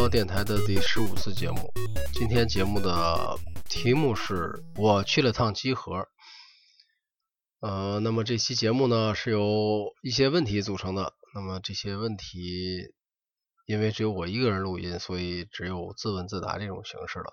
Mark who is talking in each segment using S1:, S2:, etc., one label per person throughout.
S1: 猫电台的第15次节目。今天节目的题目是我去了趟集合。那么这期节目呢是由一些问题组成的。那么这些问题因为只有我一个人录音，所以只有自问自答这种形式了。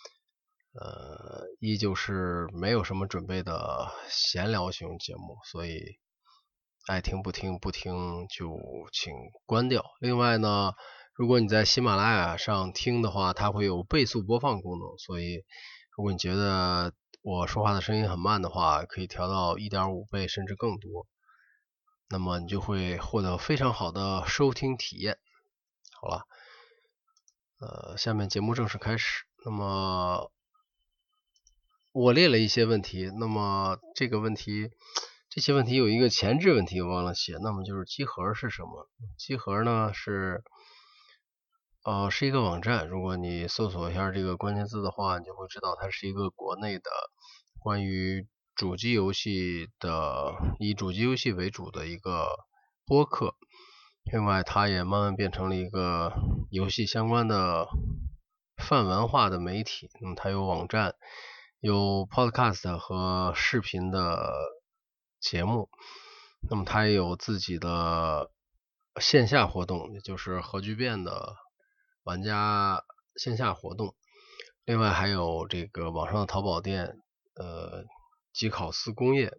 S1: 依旧是没有什么准备的闲聊型节目，所以爱听不听，不听就请关掉。另外呢，如果你在喜马拉雅上听的话，它会有倍速播放功能，所以如果你觉得我说话的声音很慢的话，可以调到 1.5 倍甚至更多，那么你就会获得非常好的收听体验。好了，下面节目正式开始。那么我列了一些问题，那么这些问题有一个前置问题我忘了写，那么就是集合是什么？集合呢是一个网站，如果你搜索一下这个关键字的话，你就会知道它是一个国内的关于主机游戏的以主机游戏为主的一个播客。另外它也慢慢变成了一个游戏相关的泛文化的媒体。那么它有网站，有 podcast 和视频的节目，那么它也有自己的线下活动，也就是核聚变的玩家线下活动。另外还有这个网上的淘宝店，吉考斯工业。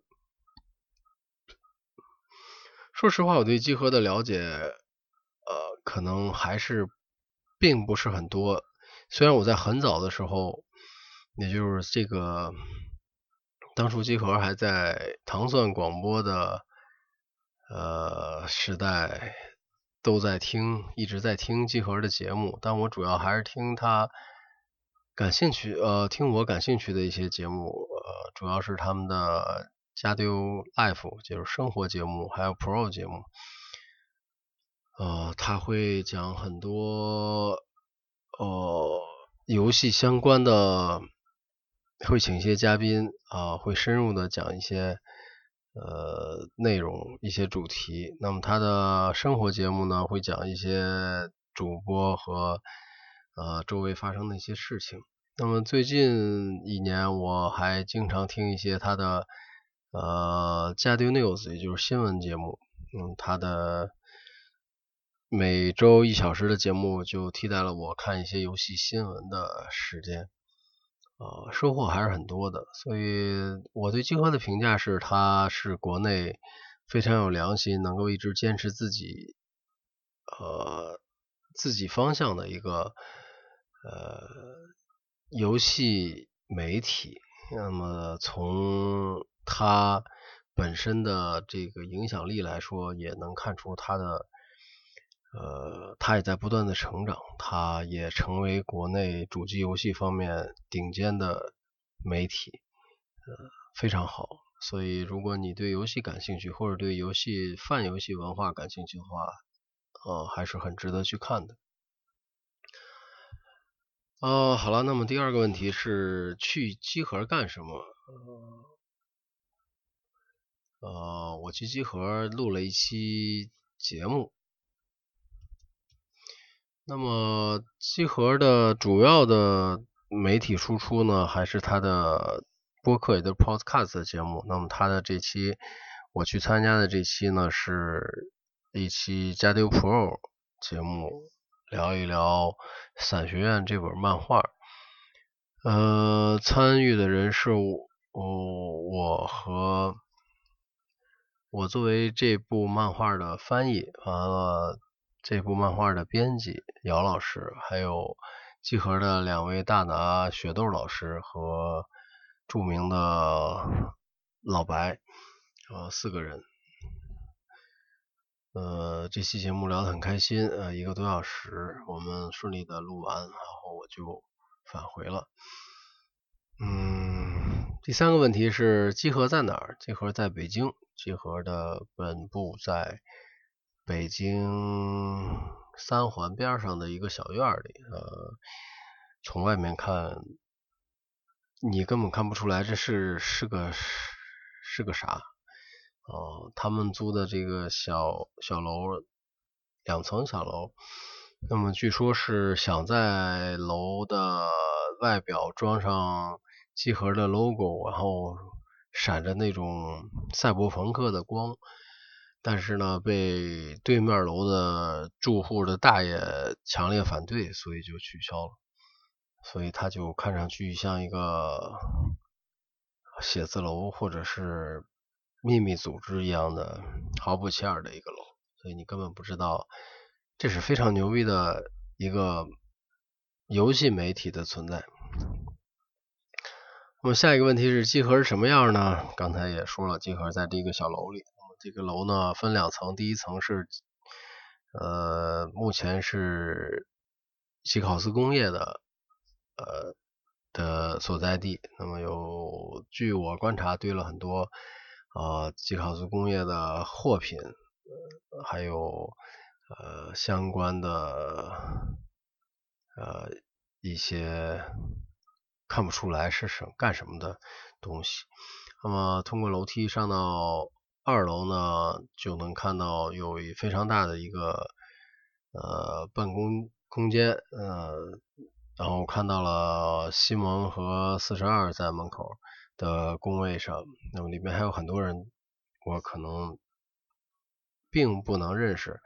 S1: 说实话，我对集合的了解可能还是并不是很多。虽然我在很早的时候，也就是这个当初集合还在糖蒜广播的时代都在听，一直在听集合的节目，但我主要还是听他听我感兴趣的一些节目，主要是他们的加丢 Life 就是生活节目，还有 Pro 节目。他会讲很多游戏相关的，会请一些嘉宾会深入的讲一些内容，一些主题。那么他的生活节目呢，会讲一些主播和周围发生的一些事情。那么最近一年我还经常听一些他的加丢 News， 也就是新闻节目。他的每周1小时的节目就替代了我看一些游戏新闻的时间，收获还是很多的。所以我对集合的评价是，它是国内非常有良心，能够一直坚持自己方向的一个游戏媒体。那么从它本身的这个影响力来说，也能看出它的它也在不断的成长，它也成为国内主机游戏方面顶尖的媒体，非常好。所以如果你对游戏感兴趣，或者对泛游戏文化感兴趣的话，还是很值得去看的。好了，那么第二个问题是去集合干什么？我去集合录了一期节目。那么集合的主要的媒体输出呢，还是它的播客，也就是 podcast 的节目。那么它的这期我去参加的这期呢，是一期加丢 Pro 节目，聊一聊伞学院这本漫画。参与的人是我作为这部漫画的翻译，完了这部漫画的编辑姚老师，还有集合的2位大拿雪豆老师和著名的老白，4个人。这期节目聊得很开心，1个多小时，我们顺利的录完，然后我就返回了。第3个问题是集合在哪儿？集合在北京，集合的本部在北京3环边上的一个小院里，从外面看你根本看不出来这是个啥。他们租的这个小楼，2层小楼， 那么据说是想在楼的外表装上集合的 logo， 然后闪着那种赛博朋克的光，但是呢被对面楼的住户的大爷强烈反对，所以就取消了。所以它就看上去像一个写字楼或者是秘密组织一样的毫不起眼的一个楼，所以你根本不知道这是非常牛逼的一个游戏媒体的存在。那么下一个问题是集合是什么样呢？刚才也说了，集合在这个小楼里。这个楼呢分2层，第一层是目前是西考斯工业的所在地。那么据我观察堆了很多西考斯工业的货品，还有相关的一些看不出来是干什么的东西。那么通过楼梯上到2楼呢，就能看到有非常大的一个办公空间，然后看到了西蒙和42在门口的工位上，那么里面还有很多人，我可能并不能认识，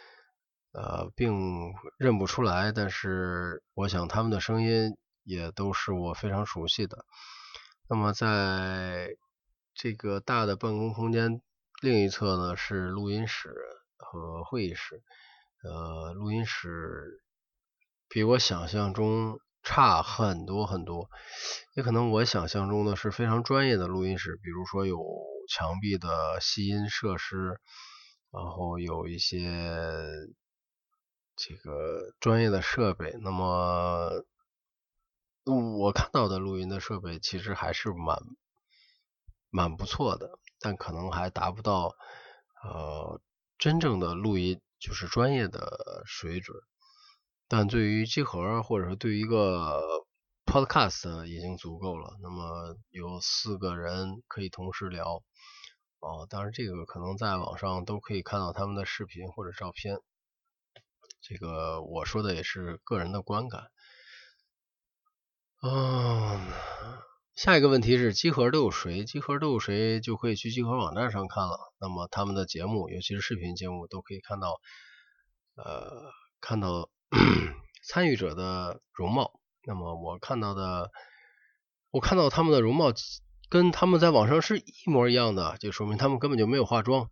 S1: 并认不出来，但是我想他们的声音也都是我非常熟悉的。那么在这个大的办公空间另一侧呢是录音室和会议室，录音室比我想象中差很多很多，也可能我想象中的是非常专业的录音室，比如说有墙壁的吸音设施，然后有一些这个专业的设备。那么我看到的录音的设备其实还是蛮不错的，但可能还达不到真正的录音就是专业的水准。但对于集合或者是对于一个 podcast 已经足够了。那么有4个人可以同时聊，当然这个可能在网上都可以看到他们的视频或者照片，这个我说的也是个人的观感。下一个问题是集合都有谁？集合都有谁就可以去集合网站上看了。那么他们的节目，尤其是视频节目，都可以看到参与者的容貌。那么我看到他们的容貌跟他们在网上是一模一样的，就说明他们根本就没有化妆。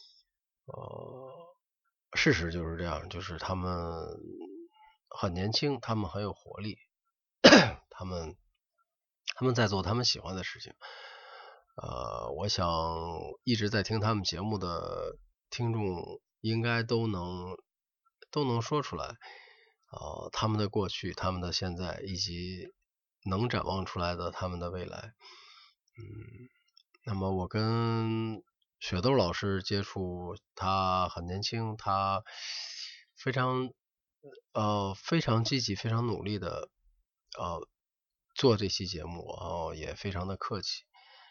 S1: 事实就是这样，就是他们很年轻，他们很有活力，他们在做他们喜欢的事情。我想一直在听他们节目的听众应该都能说出来，他们的过去，他们的现在，以及能展望出来的他们的未来。那么我跟雪豆老师接触，他很年轻，他非常积极，非常努力的做这期节目，然后也非常的客气，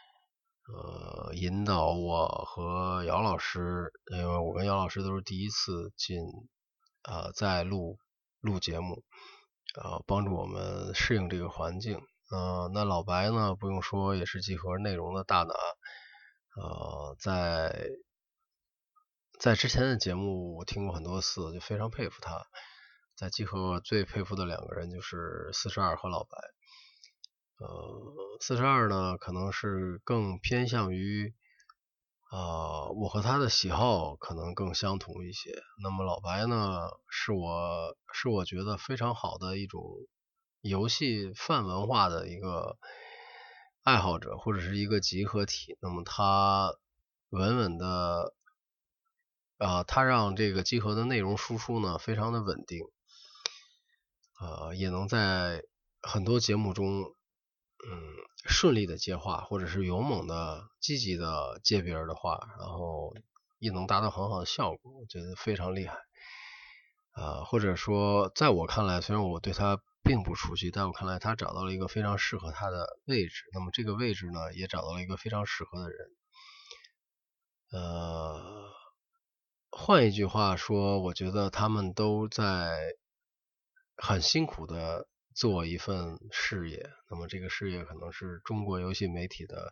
S1: 引导我和姚老师，因为我跟姚老师都是第一次在录节目，帮助我们适应这个环境。那老白呢，不用说，也是集合内容的大拿，在之前的节目我听过很多次，就非常佩服他。在集合最佩服的2个人就是42和老白。42呢可能是更偏向于我和他的喜好可能更相同一些。那么老白呢是我觉得非常好的一种游戏泛文化的一个爱好者，或者是一个集合体。那么他稳稳的他让这个集合的内容输出呢非常的稳定，也能在很多节目中顺利的接话，或者是勇猛的积极的接别人的话，然后也能达到很好的效果，我觉得非常厉害。或者说在我看来，虽然我对他并不熟悉，但我看来他找到了一个非常适合他的位置，那么这个位置呢也找到了一个非常适合的人。换一句话说，我觉得他们都在很辛苦的做一份事业，那么这个事业可能是中国游戏媒体的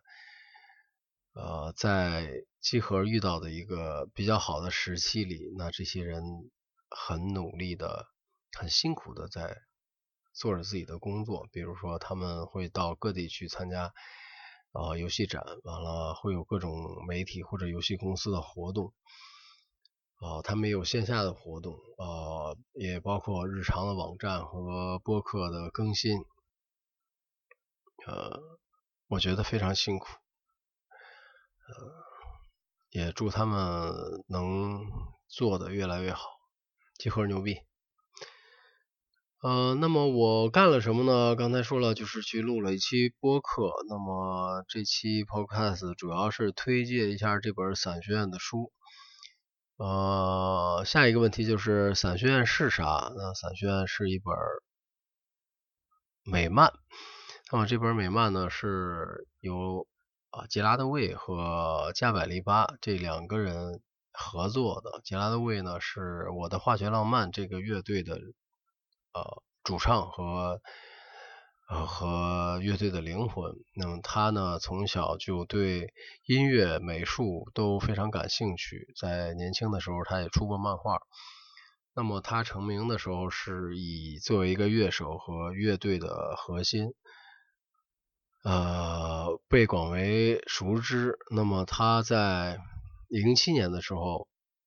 S1: 在集合遇到的一个比较好的时期里，那这些人很努力的、很辛苦的在做着自己的工作，比如说他们会到各地去参加游戏展，完了会有各种媒体或者游戏公司的活动，他们也有线下的活动，也包括日常的网站和播客的更新，我觉得非常辛苦，也祝他们能做得越来越好，集合牛逼。那么我干了什么呢？刚才说了，就是去录了一期播客。那么这期 podcast 主要是推荐一下这本伞学院的书。下一个问题就是伞学院是啥？那伞学院是一本美漫。那么这本美漫呢是由杰拉德魏和加百利巴这两个人合作的。杰拉德魏呢是我的化学浪漫这个乐队的主唱和乐队的灵魂。那么他呢从小就对音乐美术都非常感兴趣，在年轻的时候他也出过漫画。那么他成名的时候是以作为一个乐手和乐队的核心被广为熟知。那么他在07年的时候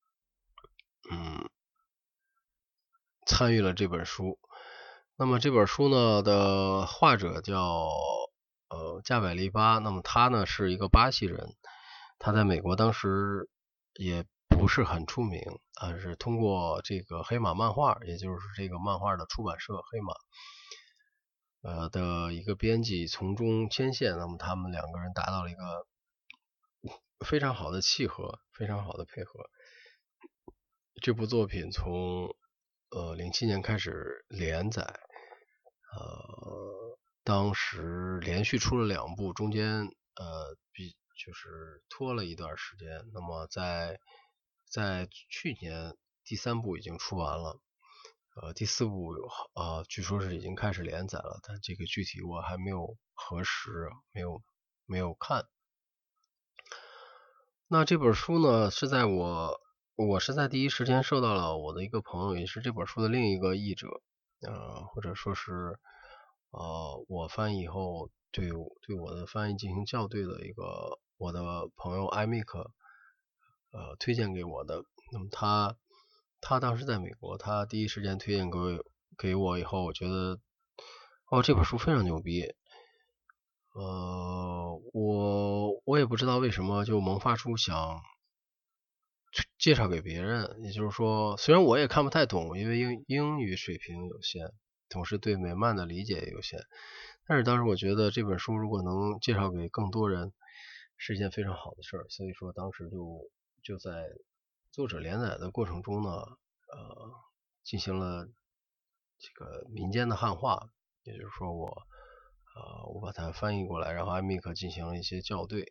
S1: 参与了这本书。那么这本书呢的画者叫加百利巴，那么他呢是一个巴西人，他在美国当时也不是很出名，是通过这个黑马漫画，也就是这个漫画的出版社黑马的一个编辑从中牵线，那么他们两个人达到了一个非常好的契合，非常好的配合。这部作品从07年开始连载，当时连续出了2部，中间就是拖了一段时间。那么在去年第3部已经出完了，第4部据说是已经开始连载了，但这个具体我还没有核实，没有看。那这本书呢是在我是在第一时间收到了我的一个朋友，也是这本书的另一个译者，或者说是我翻译以后对我的翻译进行校对的一个我的朋友艾米克推荐给我的。那么他当时在美国，他第一时间推荐给我以后，我觉得这本书非常牛逼。我也不知道为什么就萌发出想介绍给别人，也就是说虽然我也看不太懂，因为英语水平有限，同时对美漫的理解也有限，但是当时我觉得这本书如果能介绍给更多人是一件非常好的事儿，所以说当时就在作者连载的过程中呢进行了这个民间的汉化，也就是说我把它翻译过来，然后艾米克进行了一些校对，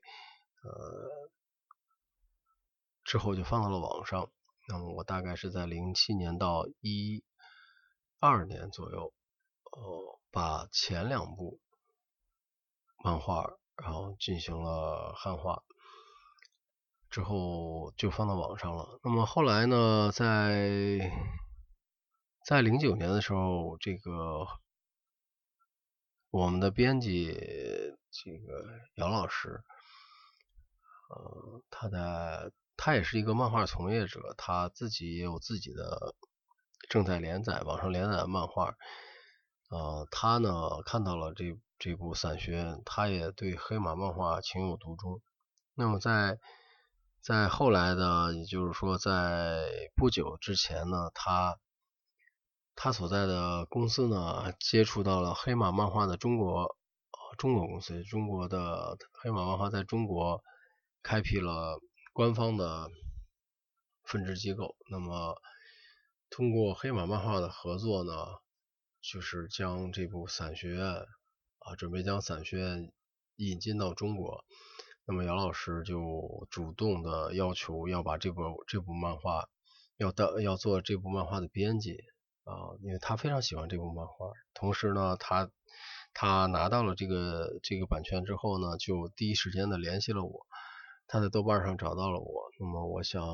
S1: 之后就放到了网上。那么我大概是在07年到12年左右，把前2部漫画然后进行了汉化，之后就放到网上了。那么后来呢，在09年的时候，这个我们的编辑这个姚老师，他也是一个漫画从业者，他自己也有自己的正在网上连载的漫画。他呢看到了这部伞学院，他也对黑马漫画情有独钟。那么在后来的，也就是说在不久之前呢，他所在的公司呢接触到了黑马漫画的中国公司，中国的黑马漫画在中国开辟了官方的分支机构。那么通过黑马漫画的合作呢，就是将这部伞学院准备将伞学院引进到中国。那么姚老师就主动的要求要把这部漫画要做这部漫画的编辑。 因为他非常喜欢这部漫画，同时呢，他拿到了这个版权之后呢，就第一时间的联系了我，他在豆瓣上找到了我。那么我想，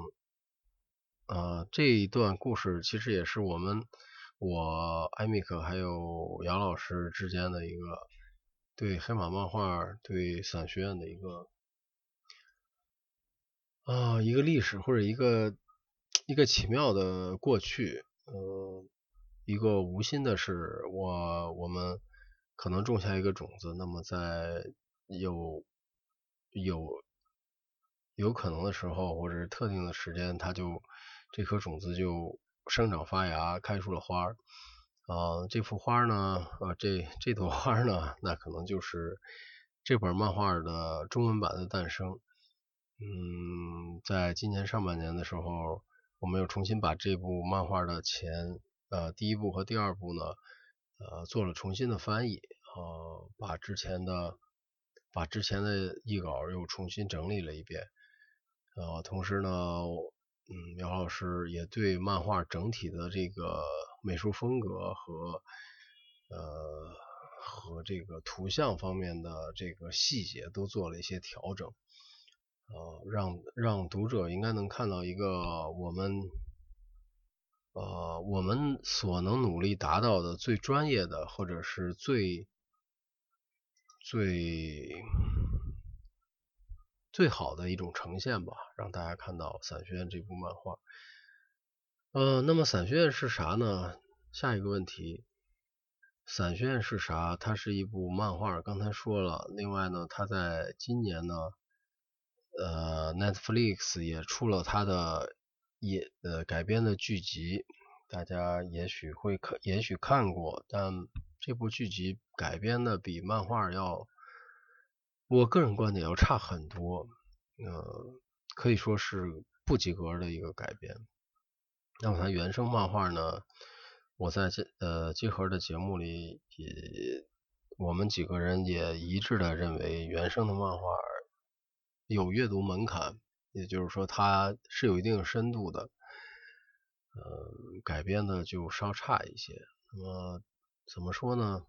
S1: 这一段故事其实也是我艾米克还有姚老师之间的一个对黑马漫画、对伞学院的一个历史，或者一个奇妙的过去。一个无心的事，我们可能种下一个种子，那么在有可能的时候，或者是特定的时间，这颗种子就生长发芽，开出了花。这幅花呢，这朵花呢，那可能就是这本漫画的中文版的诞生。在今年上半年的时候，我们又重新把这部漫画的第一部和第二部呢，做了重新的翻译，把之前的译稿又重新整理了一遍。同时呢，姚老师也对漫画整体的这个美术风格和这个图像方面的这个细节都做了一些调整，让读者应该能看到一个我们所能努力达到的最专业的，或者是最好的一种呈现吧，让大家看到伞学院这部漫画。那么伞学院是啥呢？下一个问题，伞学院是啥？它是一部漫画，刚才说了。另外呢，它在今年呢，Netflix 也出了它的改编的剧集，大家也许看过，但这部剧集改编的比漫画我个人观点要差很多，可以说是不及格的一个改编。那么它原生漫画呢，我在集合的节目里我们几个人也一致的认为原生的漫画有阅读门槛，也就是说它是有一定深度的，改编的就稍差一些。那么怎么说呢？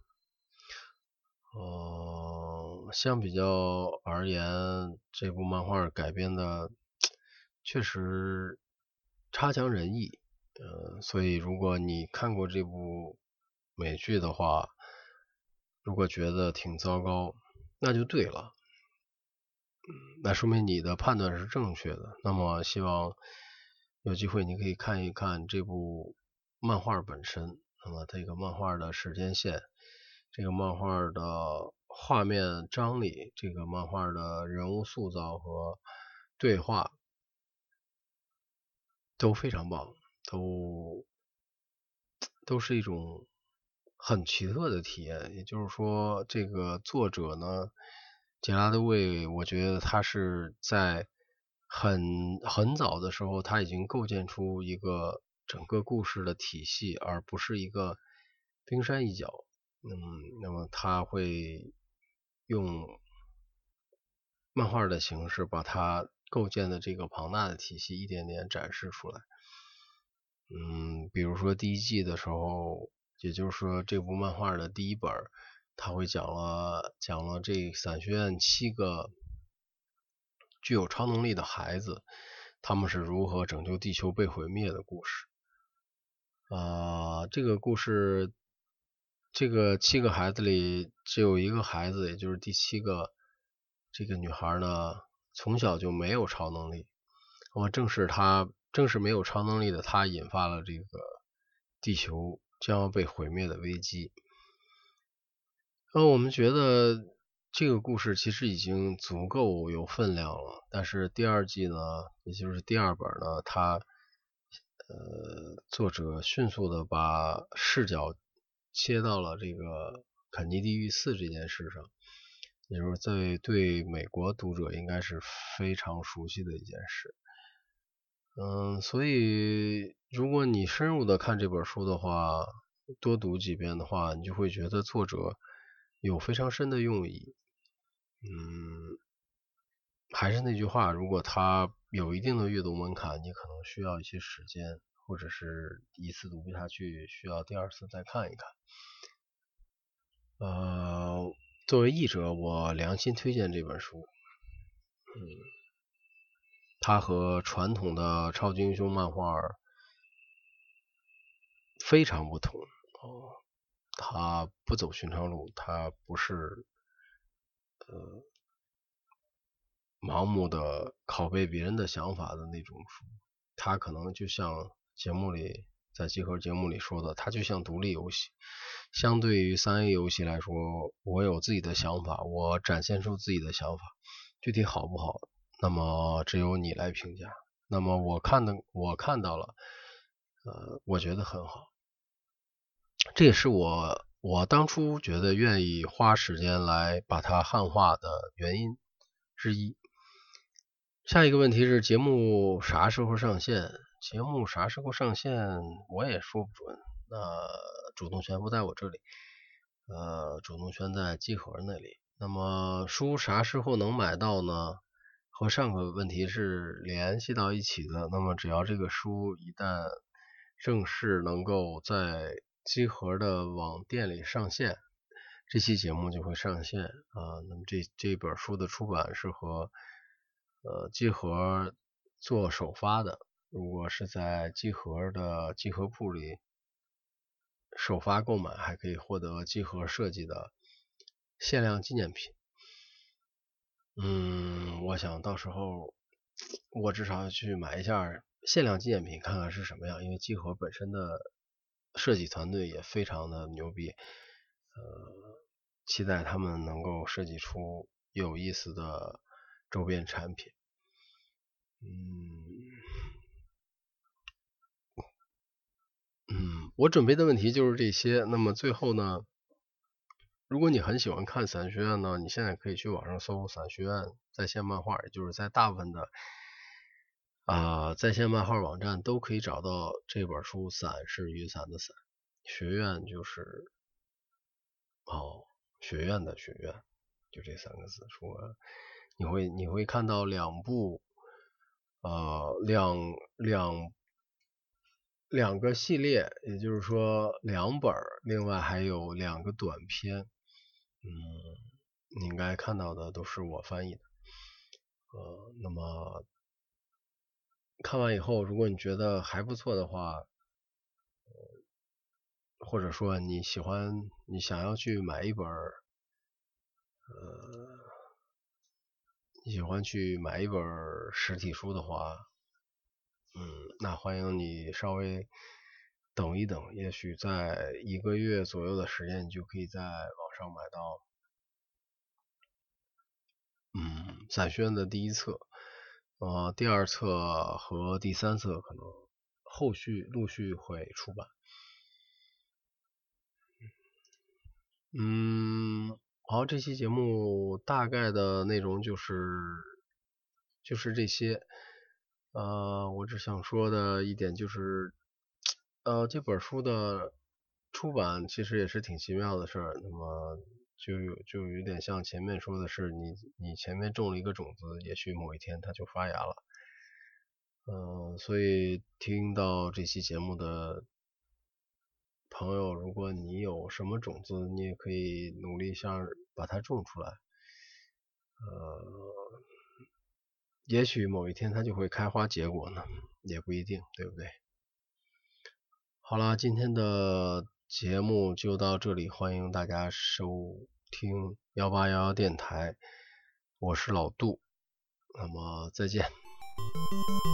S1: 相比较而言，这部漫画改编的确实差强人意。所以如果你看过这部美剧的话，如果觉得挺糟糕，那就对了。那说明你的判断是正确的。那么希望有机会你可以看一看这部漫画本身。那么这个漫画的时间线，这个漫画的画面张力，这个漫画的人物塑造和对话都非常棒，都是一种很奇特的体验。也就是说，这个作者呢，杰拉德魏，我觉得他是在很早的时候，他已经构建出一个整个故事的体系，而不是一个冰山一角。那么他会用漫画的形式把他构建的这个庞大的体系一点点展示出来。比如说第一季的时候，也就是说这部漫画的第一本，他会讲了这伞学院7个具有超能力的孩子，他们是如何拯救地球被毁灭的故事。这个故事，这个7个孩子里只有一个孩子，也就是第7个这个女孩呢，从小就没有超能力。那么正是没有超能力的她引发了这个地球将要被毁灭的危机。我们觉得这个故事其实已经足够有分量了，但是第二季呢，也就是第二本呢，作者迅速的把视角切到了这个肯尼地遇刺这件事上，也就是对美国读者应该是非常熟悉的一件事。所以如果你深入的看这本书的话，多读几遍的话，你就会觉得作者有非常深的用意。还是那句话，如果他有一定的阅读门槛，你可能需要一些时间， 或者是一次读不下去，需要第二次再看一看。作为译者，我良心推荐这本书。它和传统的超级英雄漫画非常不同。它不走寻常路，它不是盲目的拷贝别人的想法的那种书。它可能就像在集合节目里说的，它就像独立游戏。相对于3A 游戏来说，我有自己的想法，我展现出自己的想法，具体好不好，那么只有你来评价。那么我看到了，我觉得很好。这也是我当初觉得愿意花时间来把它汉化的原因之一。下一个问题是节目啥时候上线？节目啥时候上线我也说不准。主动权不在我这里，主动权在集合那里。那么书啥时候能买到呢？和上个问题是联系到一起的。那么只要这个书一旦正式能够在集合的网店里上线，这期节目就会上线那么这本书的出版是和集合做首发的。如果是在集合的集合铺里首发购买，还可以获得集合设计的限量纪念品。我想到时候我至少要去买一下限量纪念品，看看是什么样，因为集合本身的设计团队也非常的牛逼，期待他们能够设计出有意思的周边产品。我准备的问题就是这些。那么最后呢，如果你很喜欢看伞学院呢，你现在可以去网上搜伞学院在线漫画，也就是在大部分的在线漫画网站都可以找到这本书。伞是雨伞的伞，学院就是学院的学院，就这3个字。说你会看到2部两个系列，也就是说2本，另外还有2个短篇。你应该看到的都是我翻译的。那么看完以后，如果你觉得还不错的话，或者说你想要去买一本实体书的话，那欢迎你稍微等一等，也许在1个月左右的时间，你就可以在网上买到伞学院的第1册，第2册和第3册可能后续陆续会出版。好，这期节目大概的内容就是这些。我只想说的一点就是，这本书的出版其实也是挺奇妙的事儿。那么就有点像前面说的是，你前面种了一个种子，也许某一天它就发芽了。所以听到这期节目的朋友，如果你有什么种子，你也可以努力把它种出来。也许某一天它就会开花结果呢，也不一定，对不对？好了，今天的节目就到这里，欢迎大家收听1811电台，我是老杜，那么再见。